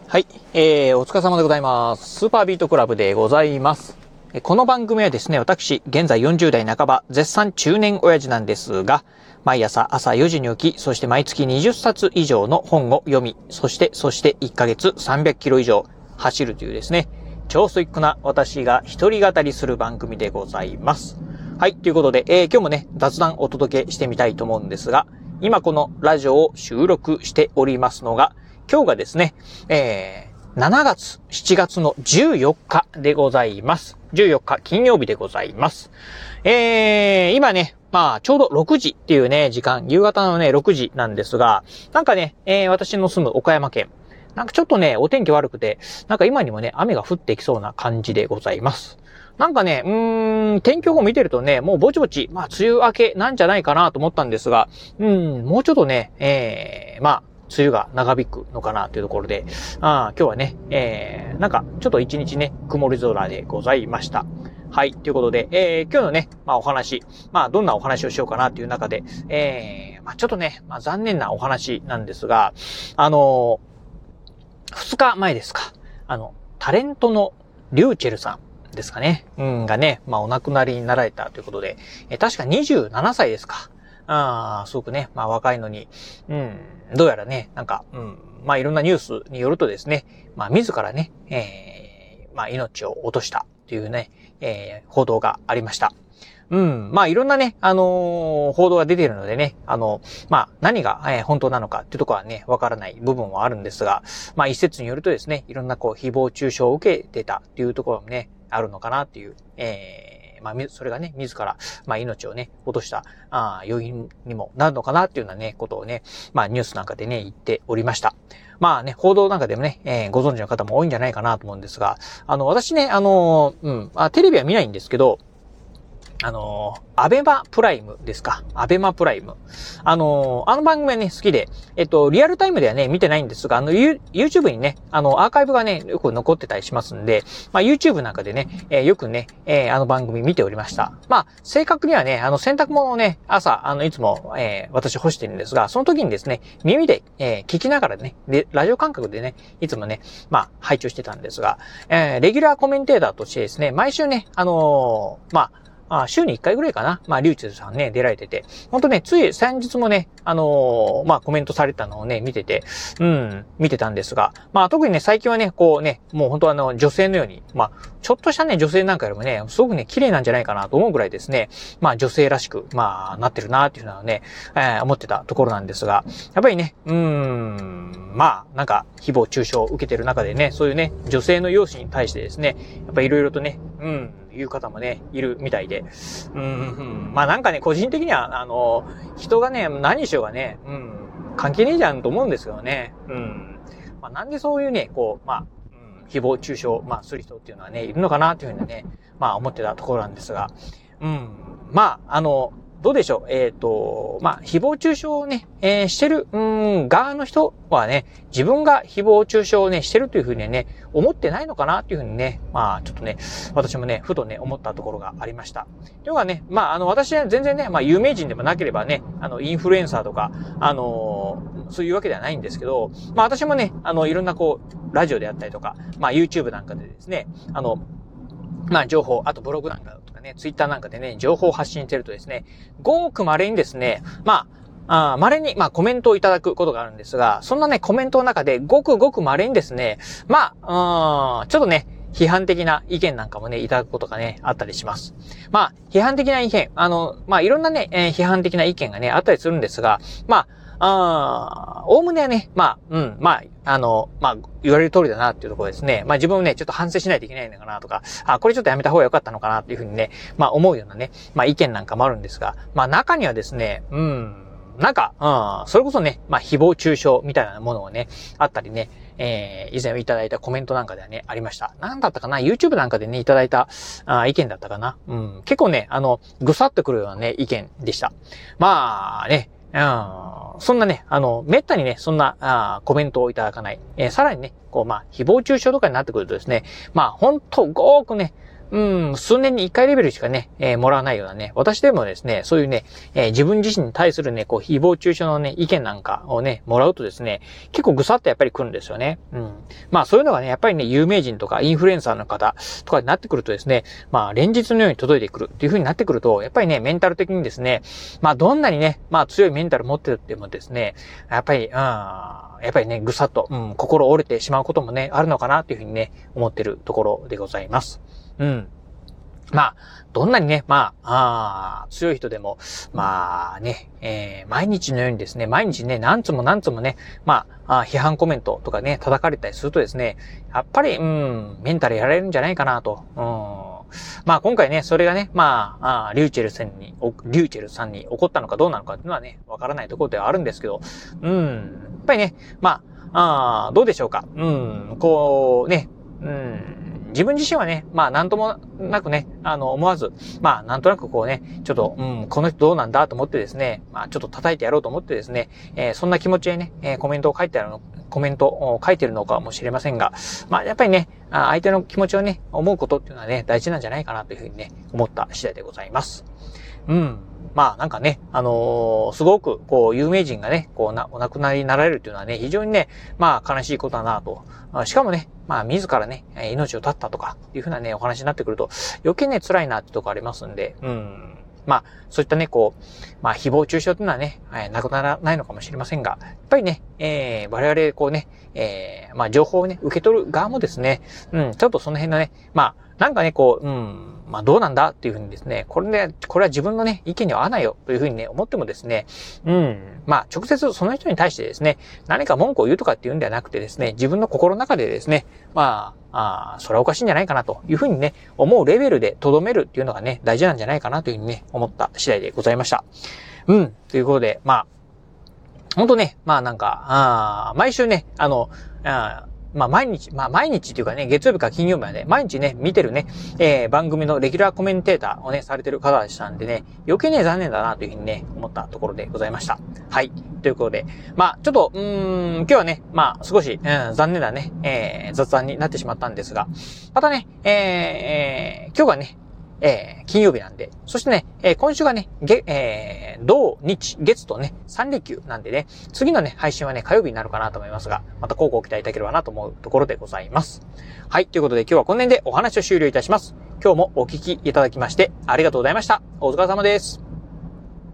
はい、お疲れ様でございます。スーパービートクラブでございます。この番組はですね、私、現在40代半ば、絶賛中年親父なんですが、毎朝4時に起き、そして毎月20冊以上の本を読み、そして1ヶ月300キロ以上走るというですね、超ストイックな私が一人語りする番組でございます。はい、ということで、今日もね、雑談お届けしてみたいと思うんですが、今このラジオを収録しておりますのが、今日がですね、7月の14日でございます。14日金曜日でございます。今ね、ちょうど6時っていうね、時間、夕方のね、6時なんですが、なんかね、私の住む岡山県、なんかちょっとね、お天気悪くて、なんか今にもね、雨が降ってきそうな感じでございます。なんかね、天気予報見てるとね、もうぼちぼち、梅雨明けなんじゃないかなと思ったんですが、もうちょっとね、梅雨が長引くのかなというところで、今日はね、なんかちょっと一日ね、曇り空でございました。はい、ということで、今日のね、お話、どんなお話をしようかなという中で、ちょっとね、残念なお話なんですが、2日前ですか、タレントのリューチェルさんですかね、がね、お亡くなりになられたということで、確か27歳ですか。すごくね、若いのに、どうやらね、なんか、いろんなニュースによるとですね、自らね、命を落としたというね、報道がありました。いろんなね、報道が出ているのでね、何が、本当なのかっていうところはね、わからない部分はあるんですが、一説によるとですね、いろんなこう、誹謗中傷を受けてたっていうところもね、あるのかなっていう、それがね、自ら、命をね、落とした、要因にもなるのかなっていうようなね、ことをね、ニュースなんかでね、言っておりました。報道なんかでもね、ご存知の方も多いんじゃないかなと思うんですが、私ね、テレビは見ないんですけど、アベマプライムですか。アベマプライム。あの番組はね、好きで、リアルタイムではね、見てないんですが、YouTube にね、アーカイブがね、よく残ってたりしますんで、YouTube なんかでね、よくね、番組見ておりました。正確にはね、洗濯物をね、朝、いつも、私干してるんですが、その時にですね、耳で、聞きながらね、で、ラジオ感覚でね、いつもね、拝聴してたんですが、レギュラーコメンテーターとしてですね、毎週ね、週に1回ぐらいかな。リュウチェルさんね、出られてて。ほんとね、つい先日もね、コメントされたのをね、見てて、見てたんですが、特にね、最近はね、こうね、もう本当女性のように、ちょっとしたね、女性なんかよりもね、すごくね、綺麗なんじゃないかなと思うぐらいですね、女性らしく、なってるなっていうのはね、思ってたところなんですが、やっぱりね、なんか、誹謗中傷を受けてる中でね、そういうね、女性の容姿に対してですね、やっぱいろいろとね、いう方もね、いるみたいで。なんかね、個人的には、人がね、何しようがね、関係ねえじゃんと思うんですけどね。なんでそういうね、こう、誹謗中傷、する人っていうのはね、いるのかなっていうふうにね、思ってたところなんですが。どうでしょう。誹謗中傷をね、してる、側の人はね、自分が誹謗中傷をね、してるというふうにね、思ってないのかなっていうふうにね、ちょっとね、私もね、ふとね、思ったところがありました。というかね、私は全然ね、有名人でもなければね、インフルエンサーとか、そういうわけではないんですけど、私もね、いろんなこう、ラジオであったりとか、YouTube なんかでですね、情報、あとブログなんかとかね、ツイッターなんかでね、情報を発信してるとですね、ごく稀にですね、稀に、コメントをいただくことがあるんですが、そんなね、コメントの中で、ごく稀にですね、ちょっとね、批判的な意見なんかもね、いただくことがね、あったりします。批判的な意見、いろんなね、批判的な意見がね、あったりするんですが、おおむねはね、言われる通りだなっていうところですね。自分をね、ちょっと反省しないといけないのかなとか、これちょっとやめた方が良かったのかなっていうふうにね、思うようなね、意見なんかもあるんですが、中にはですね、それこそね、誹謗中傷みたいなものをね、あったりね、以前いただいたコメントなんかではね、ありました。なんだったかな ?YouTube なんかでね、いただいた意見だったかな結構ね、ぐさっとくるようなね、意見でした。そんなね、めったにね、そんな、コメントをいただかない。さらにね、こう、誹謗中傷とかになってくるとですね、ほんと、ごーくね、 数年に一回レベルしかね、もらわないようなね、私でもですね、そういうね、自分自身に対するね、こう、誹謗中傷のね、意見なんかをね、もらうとですね、結構ぐさっとやっぱり来るんですよね。まあそういうのがね、やっぱりね、有名人とかインフルエンサーの方とかになってくるとですね、まあ連日のように届いてくるっていう風になってくると、やっぱりね、メンタル的にですね、まあどんなにね、まあ強いメンタル持ってるってもですね、やっぱりね、ぐさっと、心折れてしまうこともね、あるのかなっていう風にね、思ってるところでございます。まあ、どんなにね、強い人でも、まあね、毎日のようにですね、毎日ね、何つもね、批判コメントとかね、叩かれたりするとですね、やっぱり、メンタルやられるんじゃないかなと。まあ今回ね、それがね、リューチェルさんに起こったのかどうなのかっていうのはね、わからないところではあるんですけど、やっぱりね、どうでしょうか。自分自身はね、なんともなくね、思わず、なんとなくこうね、ちょっと、この人どうなんだと思ってですね、ちょっと叩いてやろうと思ってですね、そんな気持ちでね、コメントを書いてるのかもしれませんが、やっぱりね、相手の気持ちをね、思うことっていうのはね、大事なんじゃないかなというふうにね、思った次第でございます。なんかね、すごく、こう、有名人がね、お亡くなりになられるっていうのはね、非常にね、悲しいことだなと。しかもね、自らね、命を絶ったとか、いうふうなね、お話になってくると、余計ね、辛いなってとこありますんで、そういったね、こう、誹謗中傷っていうのはね、なくならないのかもしれませんが、やっぱりね、我々、こうね、情報をね、受け取る側もですね、ちょっとその辺のね、なんかね、こう、どうなんだっていうふうにですね、これは自分のね、意見には合わないよというふうにね、思ってもですね、直接その人に対してですね、何か文句を言うとかっていうんではなくてですね、自分の心の中でですね、それはおかしいんじゃないかなというふうにね、思うレベルで留めるっていうのがね、大事なんじゃないかなというふうにね、思った次第でございました。ということで、ほんとね、毎週ね、毎日っていうかね、月曜日から金曜日まで、毎日ね、見てるね、番組のレギュラーコメンテーターをね、されてる方でしたんでね、余計ね、残念だなというふうにね、思ったところでございました。はい。ということで、ちょっと、今日はね、少し、残念なね、雑談になってしまったんですが、またね、今日がね、金曜日なんで、そしてね、今週がね、土日月とね、3連休なんでね、次のね、配信はね、火曜日になるかなと思いますが、またご期待いただければなと思うところでございます。はい、ということで今日はこの辺でお話を終了いたします。今日もお聞きいただきましてありがとうございました。お疲れ様です。